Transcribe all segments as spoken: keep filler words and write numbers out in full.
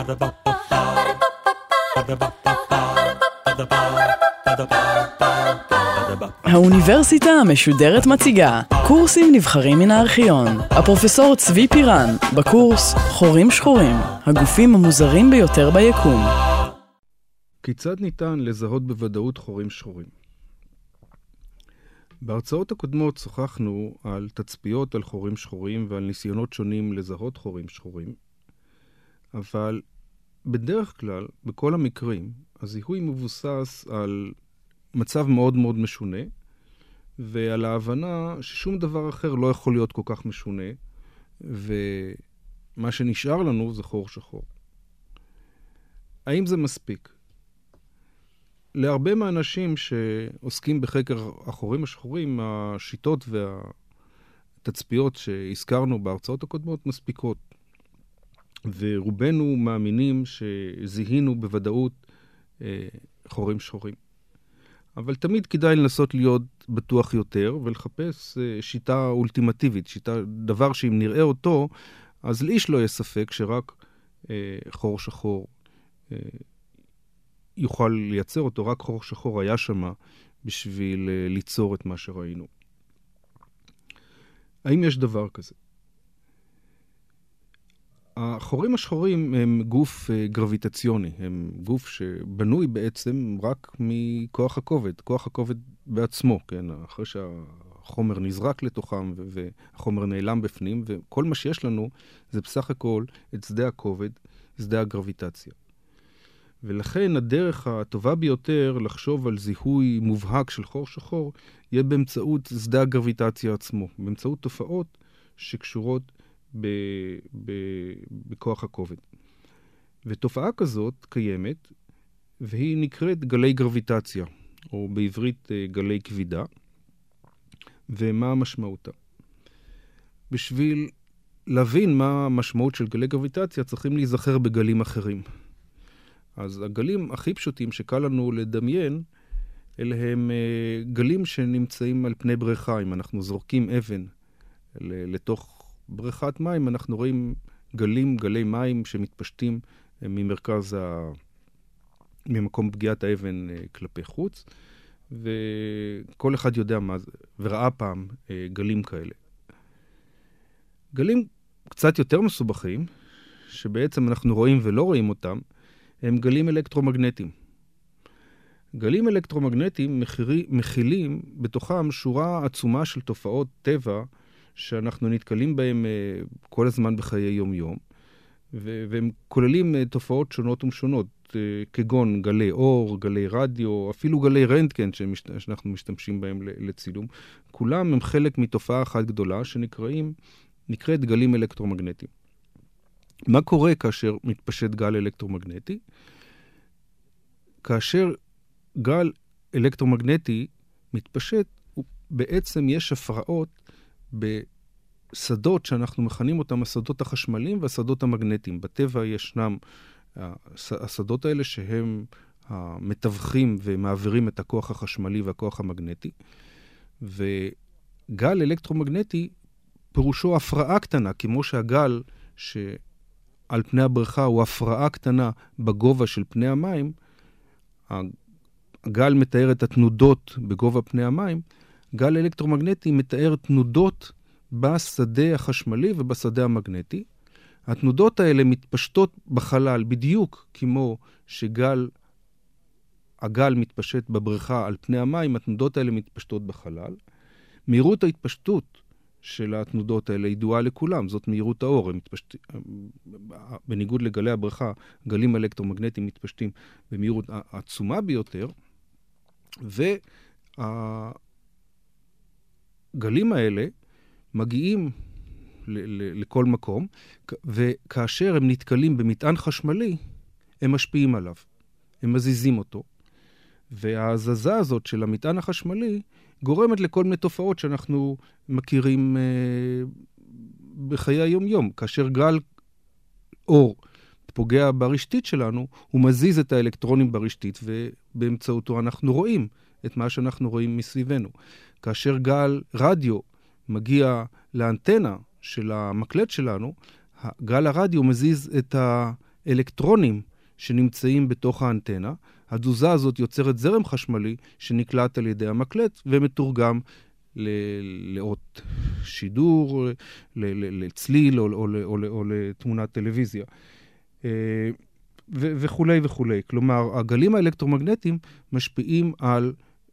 האוניברסיטה המשודרת מציגה קורסים נבחרים מן הארכיון. הפרופסור צבי פירן בקורס חורים שחורים, הגופים המוזרים ביותר ביקום. כיצד ניתן לזהות בוודאות חורים שחורים? בהרצאות הקודמות שוחחנו על תצפיות על חורים שחורים ועל ניסיונות שונים לזהות חורים שחורים, אבל בדרך כלל, בכל המקרים, הזיהוי מבוסס על מצב מאוד מאוד משונה, ועל ההבנה ששום דבר אחר לא יכול להיות כל כך משונה, ומה שנשאר לנו זה חור שחור. האם זה מספיק? להרבה מהאנשים שעוסקים בחקר החורים השחורים, השיטות והתצפיות שהזכרנו בהרצאות הקודמות מספיקות. ורובנו מאמינים שזיהינו בוודאות אה, חורים שחורים. אבל תמיד כדאי לנסות להיות בטוח יותר ולחפש אה, שיטה אולטימטיבית, שיטה, דבר שאם נראה אותו, אז לאיש לא יהיה ספק שרק אה, חור שחור אה, יוכל לייצר אותו, רק חור שחור היה שמה בשביל אה, ליצור את מה שראינו. האם יש דבר כזה? החורים השחורים הם גוף גרביטציוני, הם גוף שבנוי בעצם רק מכוח הכובד, כוח הכובד בעצמו, כן? אחרי שהחומר נזרק לתוכם והחומר נעלם בפנים, וכל מה שיש לנו זה בסך הכל את שדה הכובד, שדה הגרביטציה. ולכן הדרך הטובה ביותר לחשוב על זיהוי מובהק של חור שחור, יהיה באמצעות שדה הגרביטציה עצמו, באמצעות תופעות שקשורות ב, ב, בכוח הכובד. ותופעה כזאת קיימת, והיא נקראת גלי גרביטציה, או בעברית גלי כבידה. ומה המשמעותה? בשביל להבין מה המשמעות של גלי גרביטציה, צריכים להיזכר בגלים אחרים. אז הגלים הכי פשוטים שקל לנו לדמיין, אלה הם גלים שנמצאים על פני בריכה. אם אנחנו זורקים אבן לתוך בריכת מים, אנחנו רואים גלים, גלי מים שמתפשטים ממרכז ה... ממקום פגיעת האבן כלפי חוץ, וכל אחד יודע מה זה, וראה פעם גלים כאלה. גלים קצת יותר מסובכים, שבעצם אנחנו רואים ולא רואים אותם, הם גלים אלקטרומגנטיים. גלים אלקטרומגנטיים מכירי, מכילים בתוכם שורה עצומה של תופעות טבע, שאנחנו נתקלים בהם uh, כל הזמן בחיי יום-יום, ו- והם כוללים uh, תופעות שונות ומשונות, uh, כגון גלי אור, גלי רדיו, אפילו גלי רנטגן שמש- שאנחנו משתמשים בהם לצילום. כולם הם חלק מתופעה אחת גדולה שנקראים, נקראת גלים אלקטרומגנטיים. מה קורה כאשר מתפשט גל אלקטרומגנטי? כאשר גל אלקטרומגנטי מתפשט, בעצם יש הפרעות בשדות שאנחנו מכנים אותם השדות החשמליים והשדות המגנטיים. בטבע ישנם השדות האלה שהם המתווכים ומעבירים את הכוח החשמלי והכוח המגנטי. וגל אלקטרומגנטי פירושו הפרעה קטנה, כמו שהגל שעל פני הבריכה הוא הפרעה קטנה בגובה של פני המים, הגל מתאר את התנודות בגובה פני המים, גל אלקטרומגנטי מתאר תנודות בשדה החשמלי ובשדה המגנטי. התנודות האלה מתפשטות בחלל בדיוק כמו שגל, הגל מתפשט בבריכה על פני המים, התנודות האלה מתפשטות בחלל. מהירות ההתפשטות של התנודות האלה ידועה לכולם, זאת מהירות האור. הם מתפשט... בניגוד לגלי הבריכה, גלים אלקטרומגנטיים מתפשטים במהירות עצומה ביותר, וה... הגלים האלה מגיעים ל- ל- לכל מקום, וכאשר הם נתקלים במטען חשמלי, הם משפיעים עליו. הם מזיזים אותו. וההזזה הזאת של המטען החשמלי גורמת לכל מיני תופעות שאנחנו מכירים אה, בחיי היום-יום. כאשר גל אור פוגע ברשתית שלנו, הוא מזיז את האלקטרונים ברשתית, ובאמצעותו אנחנו רואים את מה שאנחנו רואים מסביבנו. כאשר גל רדיו מגיע לאנטנה של המקלט שלנו, גל הרדיו מזיז את אלקטרונים שנמצאים בתוך האנטנה. התזוזה הזאת יוצרת זרם חשמלי שנקלט על ידי המקלט ומתורגם לאות שידור, לצליל או, או, או, או לתמונת טלוויזיה. וכו' וכו'. כלומר, הגלים האלקטרומגנטיים משפיעים על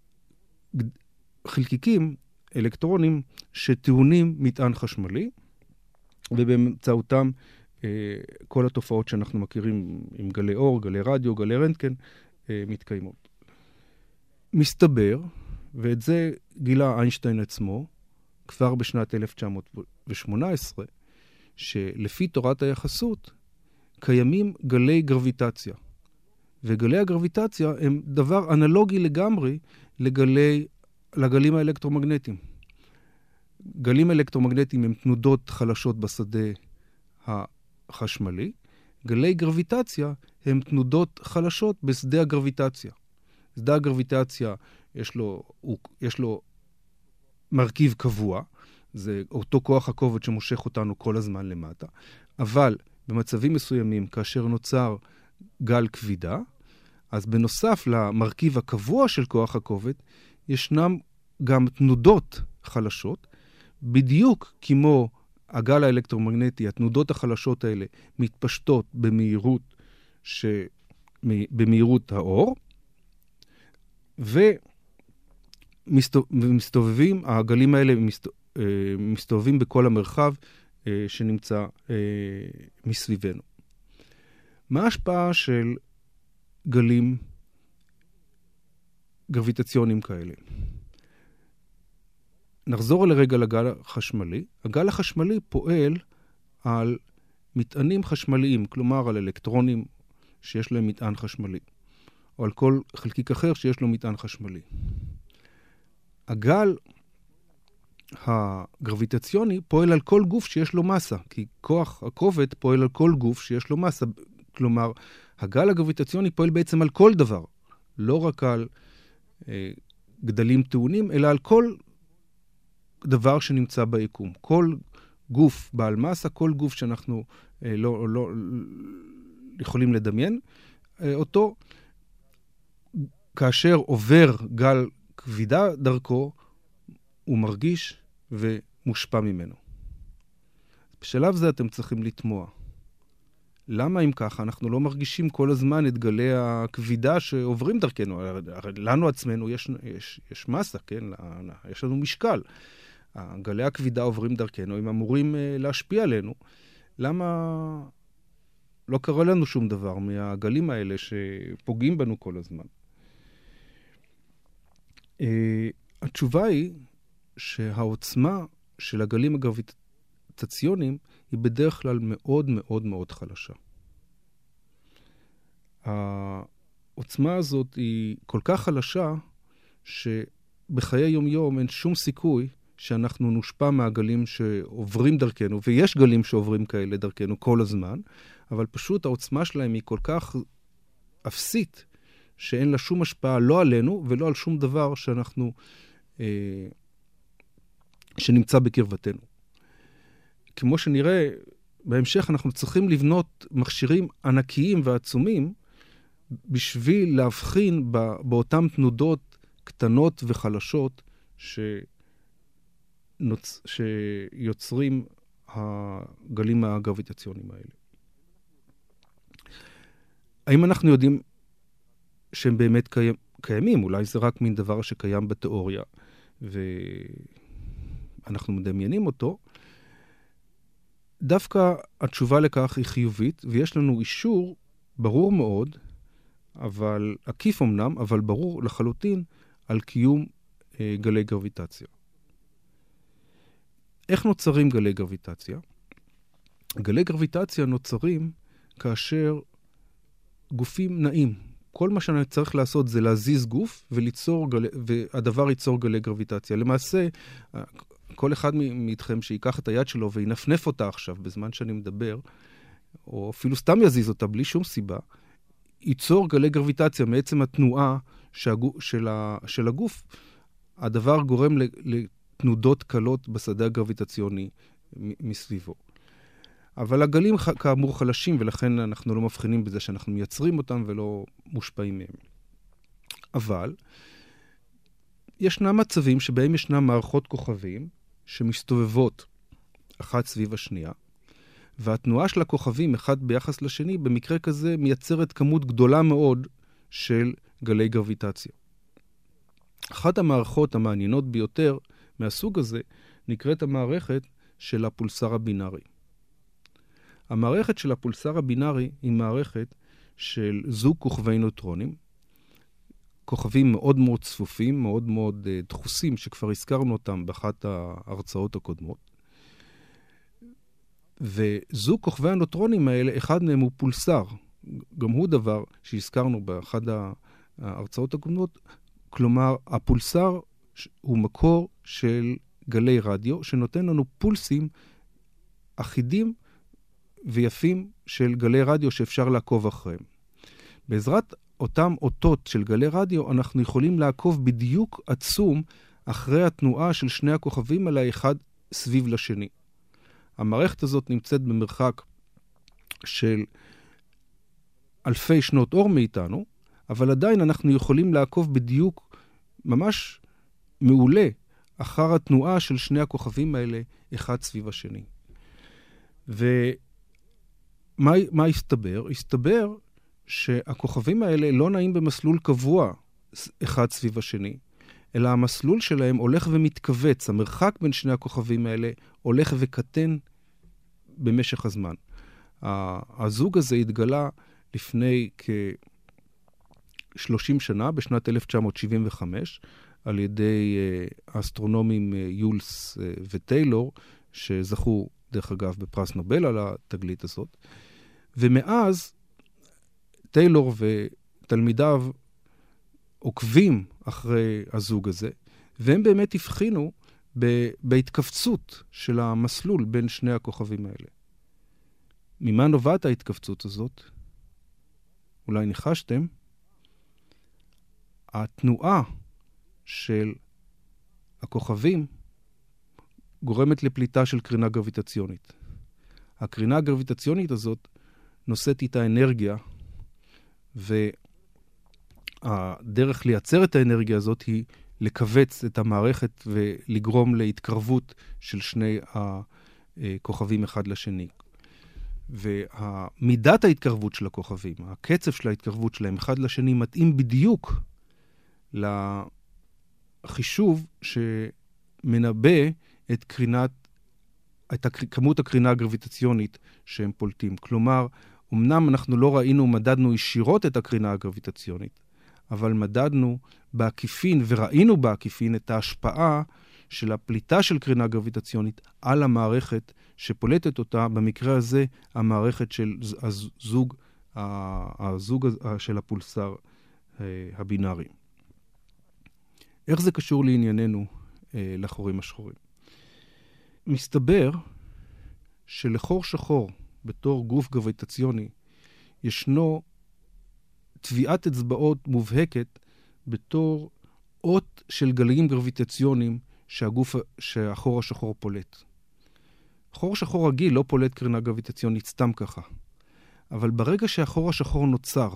חלקיקים, אלקטרונים, שטעונים מטען חשמלי, ובאמצעותם כל התופעות שאנחנו מכירים עם גלי אור, גלי רדיו, גלי רנטגן, מתקיימות. מסתבר, ואת זה גילה איינשטיין עצמו, כבר בשנת אלף תשע מאות שמונה עשרה, שלפי תורת היחסות, קיימים גלי גרביטציה. וגלי הגרביטציה הם דבר אנלוגי לגמרי לגלי, לגלים האלקטרומגנטיים. גלים אלקטרומגנטיים הם תנודות חלשות בשדה החשמלי. גלי גרביטציה הם תנודות חלשות בשדה הגרביטציה. שדה הגרביטציה יש לו, הוא, יש לו מרכיב קבוע, זה אותו כוח הכובד שמושך אותנו כל הזמן למטה, אבל במצבים מסוימים, כאשר נוצר גל כבידה, אז בנוסף למרכיב הקבוע של כוח הכובד, ישנם גם תנודות חלשות, בדיוק כמו הגל האלקטרומגנטי, התנודות החלשות האלה מתפשטות במהירות, ש... במהירות האור, ומסתובבים, הגלים האלה מסתובבים בכל המרחב שנמצא מסביבנו. מה ההשפעה של גלים גרביטציוניים כאלה? נחזור לרגע לגל החשמלי. הגל החשמלי פועל על מטענים חשמליים, כלומר על אלקטרונים שיש להם מטען חשמלי, או על כל חלקיק אחר שיש לו מטען חשמלי. הגל הגרביטציוני פועל על כל גוף שיש לו מסה, כי כוח הכובד פועל על כל גוף שיש לו מסה. כלומר, הגל הגרביטציוני פועל בעצם על כל דבר, לא רק על אה, גדלים טעונים, אלא על כל דבר שנמצא ביקום. כל גוף בעל מסה, כל גוף שאנחנו אה, לא, לא יכולים לדמיין, אה, אותו, כאשר עובר גל כבידה דרכו, הוא מרגיש ומושפע ממנו. בשלב זה אתם צריכים לתמוע. למה אם ככה אנחנו לא מרגישים כל הזמן את גלי הכבידה שעוברים דרכנו? הרי לנו עצמנו יש, יש, יש מסה, כן? יש לנו משקל. גלי הכבידה עוברים דרכנו, הם אמורים להשפיע עלינו. למה לא קרה לנו שום דבר מהגלים האלה שפוגעים בנו כל הזמן? התשובה היא שהעוצמה של הגלים הגרביטציוניים היא בדרך כלל מאוד מאוד מאוד חלשה. העוצמה הזאת היא כל כך חלשה שבחיי יום יום אין שום סיכוי שאנחנו נושפע מהגלים שעוברים דרכנו, ויש גלים שעוברים כאלה דרכנו כל הזמן, אבל פשוט העוצמה שלהם היא כל כך אפסית, שאין לה שום השפעה לא עלינו ולא על שום דבר שאנחנו, אה, שנמצא בקרבתנו. כמו שנראה, בהמשך אנחנו צריכים לבנות מכשירים ענקיים ועצומים, בשביל להבחין באותן תנודות קטנות וחלשות שנוצ... שיוצרים הגלים הגרביטציוניים האלה. האם אנחנו יודעים שהם באמת קיים, קיימים? אולי זה רק מין דבר שקיים בתיאוריה, ואנחנו מדמיינים אותו. דווקא התשובה לכך היא חיובית, ויש לנו אישור ברור מאוד, אבל עקיף אמנם, אבל ברור לחלוטין על קיום אה, גלי גרביטציה. איך נוצרים גלי גרביטציה? גלי גרביטציה נוצרים כאשר גופים נעים. כל מה שאני צריך לעשות זה להזיז גוף וליצור גלי, והדבר ייצור גלי גרביטציה. למעשה, כל אחד מאיתכם שיקח את היד שלו וינפנף אותה עכשיו בזמן שאני מדבר, או אפילו סתם יזיז אותה בלי שום סיבה, ייצור גלי גרביטציה מעצם התנועה שהגוף, של, ה, של הגוף. הדבר גורם לתנודות קלות בשדה הגרביטציוני מסביבו. אבל הגלים כאמור חלשים, ולכן אנחנו לא מבחינים בזה שאנחנו מייצרים אותם ולא מושפעים מהם. אבל ישנם מצבים שבהם ישנם מערכות כוכבים שמסתובבות אחת סביב השנייה, והתנועה של הכוכבים אחד ביחס לשני במקרה כזה מייצרת כמות גדולה מאוד של גלי גרביטציה. אחת המערכות המעניינות ביותר מהסוג הזה נקראת המערכת של הפולסר הבינארי. המערכת של הפולסר הבינארי היא מערכת של זוג כוכבי נוטרונים, כוכבים מאוד מאוד צפופים, מאוד מאוד uh, דחוסים, שכבר הזכרנו אותם באחת ההרצאות הקודמות. וזוג כוכבי הנוטרונים האלה, אחד מהם הוא פולסר. גם הוא דבר שהזכרנו באחת ההרצאות הקודמות. כלומר, הפולסר הוא מקור של גלי רדיו, שנותן לנו פולסים אחידים ויפים של גלי רדיו שאפשר לעקוב אחריהם. בעזרת אותם אותות של גלי רדיו, אנחנו יכולים לעקוב בדיוק עצום אחרי התנועה של שני הכוכבים על האחד סביב לשני. המערכת הזאת נמצאת במרחק של אלפי שנות אור מאיתנו, אבל עדיין אנחנו יכולים לעקוב בדיוק ממש מעולה אחר התנועה של שני הכוכבים האלה אחד סביב השני. ומה מה הסתבר? הסתבר שהכוכבים האלה לא נעים במסלול קבוע אחד סביב השני, אלא המסלול שלהם הולך ומתכווץ. המרחק בין שני הכוכבים האלה הולך וקטן במשך הזמן. הזוג הזה התגלה לפני כ-שלושים שנה, בשנת אלף תשע מאות שבעים וחמש, על ידי האסטרונומים יולס וטיילור, שזכו דרך אגב בפרס נובל על התגלית הזאת. ומאז טיילור ותלמידיו עוקבים אחרי הזוג הזה, והם באמת הבחינו בהתכווצות של המסלול בין שני הכוכבים האלה. ממה נובעת ההתכווצות הזאת? אולי ניחשתם? התנועה של הכוכבים גורמת לפליטה של קרינה גרביטציונית. הקרינה הגרביטציונית הזאת נושאת איתה אנרגיה, והדרך לייצר את האנרגיה הזאת היא לקבץ את המערכת ולגרום להתקרבות של שני הכוכבים אחד לשני. ומידת ההתקרבות של הכוכבים, הקצב של ההתקרבות שלהם אחד לשני, מתאים בדיוק לחישוב שמנבא את קרינת, את כמות הקרינה הגרביטציונית שהם פולטים. כלומר, אמנם אנחנו לא ראינו, מדדנו ישירות את הקרינה הגרביטציונית, אבל מדדנו בעקיפין וראינו בעקיפין את ההשפעה של הפליטה של קרינה גרביטציונית על המערכת שפולטת אותה, במקרה הזה המערכת של הזוג, הזוג של הפולסר הבינארי. איך זה קשור לענייננו לחורים השחורים? מסתבר שלחור שחור בתור גוף גרביטציוני ישנו טביעת אצבעות מובהקת בתור אות של גלים גרביטציוניים שהגוף, שהחור השחור פולט. חור שחור רגיל לא פולט קרינה גרביטציונית סתם ככה. אבל ברגע שהחור השחור נוצר,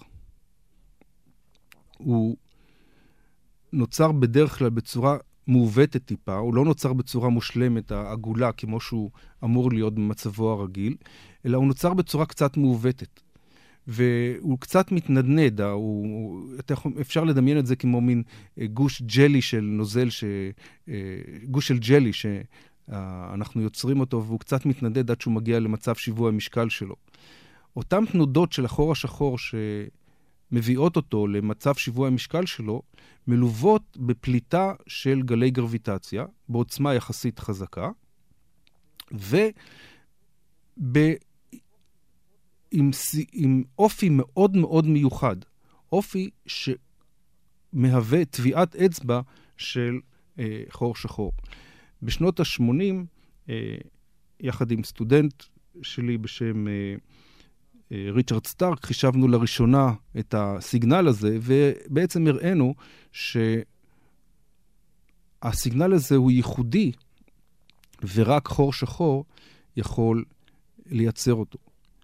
הוא נוצר בדרך כלל בצורה מעוותת טיפה, הוא לא נוצר בצורה מושלמת, העגולה, כמו שהוא אמור להיות במצבו הרגיל, אלא הוא נוצר בצורה קצת מעוותת. והוא קצת מתנדנד, הוא, אפשר לדמיין את זה כמו מין גוש ג'לי של נוזל, ש, גוש של ג'לי שאנחנו יוצרים אותו, והוא קצת מתנדנד עד שהוא מגיע למצב שיווי המשקל שלו. אותם תנודות של החור השחור שמביאות אותו למצב שיווי המשקל שלו, מלוות בפליטה של גלי גרביטציה, בעוצמה יחסית חזקה, וב... עם, עם אופי מאוד מאוד מיוחד, אופי שמהווה טביעת אצבע של אה, חור שחור. בשנות ה-שמונים, אה, יחד עם סטודנט שלי בשם אה, אה, ריצ'רד סטארק, חישבנו לראשונה את הסיגנל הזה, ובעצם הראינו שהסיגנל הזה הוא ייחודי, ורק חור שחור יכול לייצר אותו.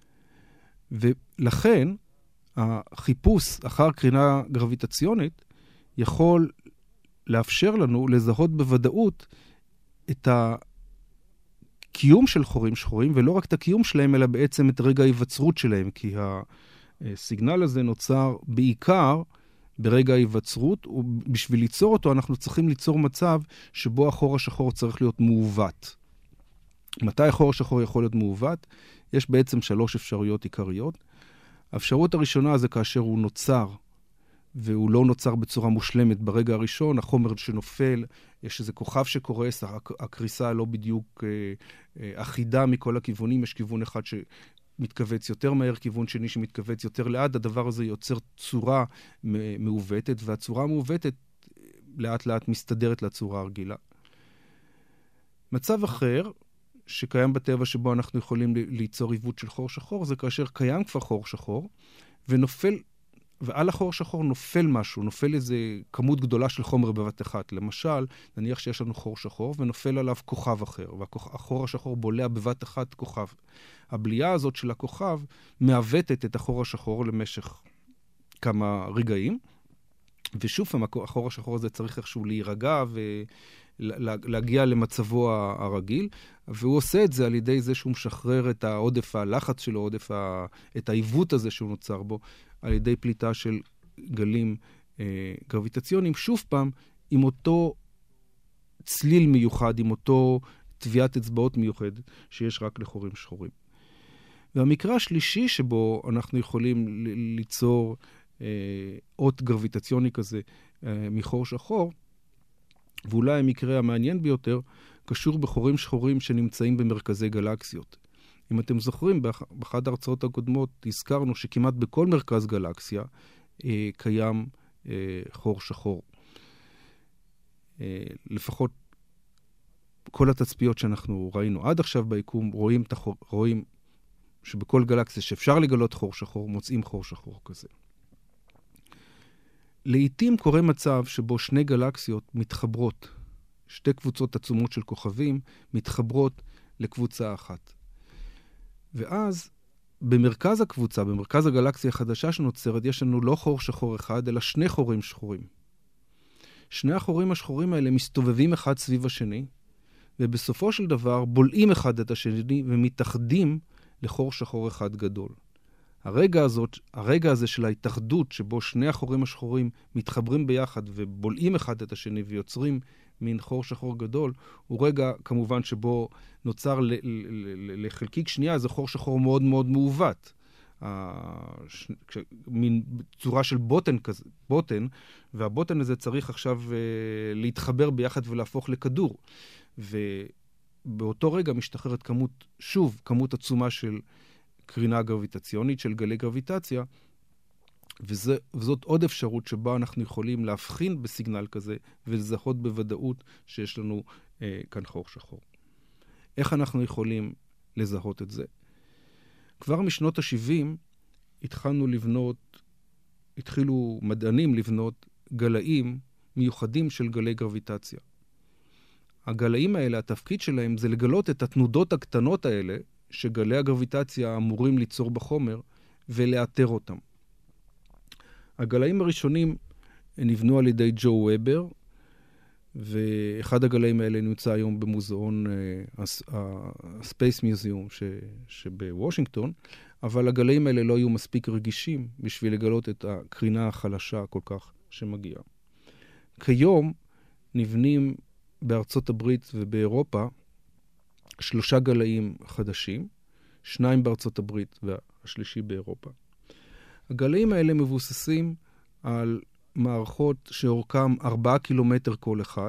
ולכן, החיפוש אחר קרינה גרביטציונית יכול לאפשר לנו לזהות בוודאות את הקיום של חורים שחורים, ולא רק את הקיום שלהם, אלא בעצם את רגע ההיווצרות שלהם, כי הסיגנל הזה נוצר בעיקר ברגע ההיווצרות, ובשביל ליצור אותו אנחנו צריכים ליצור מצב שבו החור השחור צריך להיות מעוות. מתי החור השחור יכול להיות מעוות? יש בעצם שלוש אפשרויות עיקריות. האפשרות הראשונה זה כאשר הוא נוצר, והוא לא נוצר בצורה מושלמת ברגע הראשון, החומר שנופל, יש איזה כוכב שקורס, הקריסה לא בדיוק אה, אה, אחידה מכל הכיוונים, יש כיוון אחד שמתכווץ יותר מהר, כיוון שני שמתכווץ יותר לאט, הדבר הזה יוצר צורה מעוותת, והצורה המעוותת לאט לאט מסתדרת לצורה הרגילה. מצב אחר, שקיים בטבע שבו אנחנו יכולים ליצור עיוות של חור שחור, זה כאשר קיים כבר חור שחור, ונופל, ועל החור שחור נופל משהו, נופל איזה כמות גדולה של חומר בבת אחת. למשל, נניח שיש לנו חור שחור, ונופל עליו כוכב אחר, והחור השחור בולע בבת אחת כוכב. הבליעה הזאת של הכוכב מעוותת את החור השחור למשך כמה רגעים, ושוב, החור השחור הזה צריך איכשהו להירגע ו... להגיע למצבו הרגיל, והוא עושה את זה על ידי זה שהוא משחרר את העודף הלחץ שלו, עודף ה... את העיוות הזה שהוא נוצר בו, על ידי פליטה של גלים אה, גרביטציוניים, שוב פעם, עם אותו צליל מיוחד, עם אותו טביעת אצבעות מיוחד, שיש רק לחורים שחורים. והמקרה השלישי שבו אנחנו יכולים ליצור אה, אות גרביטציוני כזה אה, מחור שחור, ואולי המקרה המעניין ביותר, קשור בחורים שחורים שנמצאים במרכזי גלקסיות. אם אתם זוכרים, באחת ההרצאות הקודמות הזכרנו שכמעט בכל מרכז גלקסיה אה, קיים אה, חור שחור. אה, לפחות כל התצפיות שאנחנו ראינו עד עכשיו ביקום, רואים, תחור, רואים שבכל גלקסיה שאפשר לגלות חור שחור, מוצאים חור שחור כזה. לעתים קורה מצב שבו שני גלקסיות מתחברות, שתי קבוצות עצומות של כוכבים מתחברות לקבוצה אחת. ואז במרכז הקבוצה, במרכז הגלקסיה החדשה שנוצרת, יש לנו לא חור שחור אחד, אלא שני חורים שחורים. שני החורים השחורים האלה מסתובבים אחד סביב השני, ובסופו של דבר בולעים אחד את השני ומתאחדים לחור שחור אחד גדול. הרגע הזאת, הרגע הזה של ההתאחדות, שבו שני החורים השחורים מתחברים ביחד ובולעים אחד את השני ויוצרים מין חור שחור גדול, הוא רגע כמובן שבו נוצר ל- ל- ל- לחלקיק שנייה, זה חור שחור מאוד מאוד מעוות. הש... מין צורה של בוטן כזה, בוטן, והבוטן הזה צריך עכשיו uh, להתחבר ביחד ולהפוך לכדור. ובאותו רגע משתחררת כמות, שוב, כמות עצומה של קרינה גרביטציונית, של גלי גרביטציה, וזה, וזאת עוד אפשרות שבה אנחנו יכולים להבחין בסיגנל כזה, ולזהות בוודאות שיש לנו אה, כאן חור שחור. איך אנחנו יכולים לזהות את זה? כבר משנות ה-שבעים התחלנו לבנות, התחילו מדענים לבנות גלאים מיוחדים של גלי גרביטציה. הגלאים האלה, התפקיד שלהם זה לגלות את התנודות הקטנות האלה, שגלי הגרביטציה אמורים ליצור בחומר, ולאתר אותם. הגלאים הראשונים נבנו על ידי ג'ו וובר, ואחד הגלאים האלה נמצא היום במוזיאון הספייס מיוזיאום שבוושינגטון, אבל הגלאים האלה לא היו מספיק רגישים בשביל לגלות את הקרינה החלשה כל כך שמגיעה. כיום נבנים בארצות הברית ובאירופה שלושה גלאים חדשים, שניים בארצות הברית והשלישי באירופה. הגלאים האלה מבוססים על מערכות שאורכם ארבעה קילומטר כל אחד,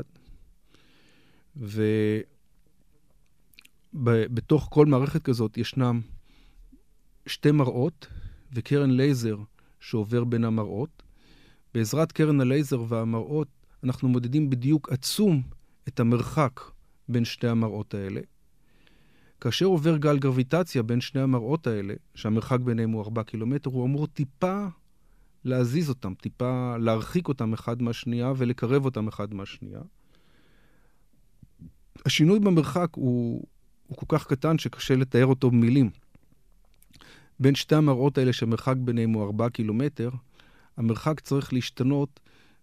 ובתוך כל מערכת כזאת ישנם שתי מראות וקרן לייזר שעובר בין המראות. בעזרת קרן הלייזר והמראות אנחנו מודדים בדיוק עצום את המרחק בין שתי המראות האלה. כאשר עובר גל גרביטציה בין שני המראות האלה, שהמרחק ביניהם הוא ארבעה קילומטר, הוא אמור טיפה להזיז אותם, טיפה להרחיק אותם אחד מהשנייה ולקרב אותם אחד מהשנייה. השינוי במרחק הוא, הוא כל כך קטן שקשה לתאר אותו במילים. בין שתי המראות האלה שהמרחק ביניהם הוא ארבעה קילומטר, המרחק צריך להשתנות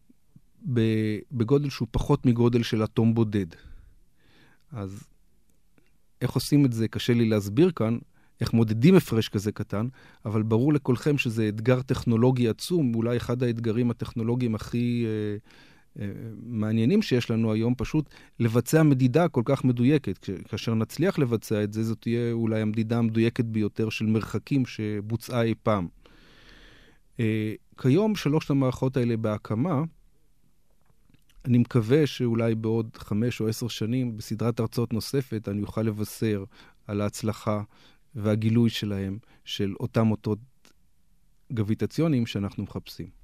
בגודל שהוא פחות מגודל של אטום בודד. אז איך עושים את זה? קשה לי להסביר כאן, איך מודדים הפרש כזה קטן, אבל ברור לכולכם שזה אתגר טכנולוגי עצום, אולי אחד האתגרים הטכנולוגיים הכי אה, אה, מעניינים שיש לנו היום, פשוט לבצע מדידה כל כך מדויקת. כאשר נצליח לבצע את זה, זאת תהיה אולי המדידה המדויקת ביותר של מרחקים שבוצעה אי פעם. אה, כיום שלושת המערכות האלה בהקמה, אני מקווה שאולי בעוד חמש או עשר שנים, בסדרת הרצאות נוספת, אני אוכל לבשר על ההצלחה והגילוי שלהם, של אותם אותות גביטציוניים שאנחנו מחפשים.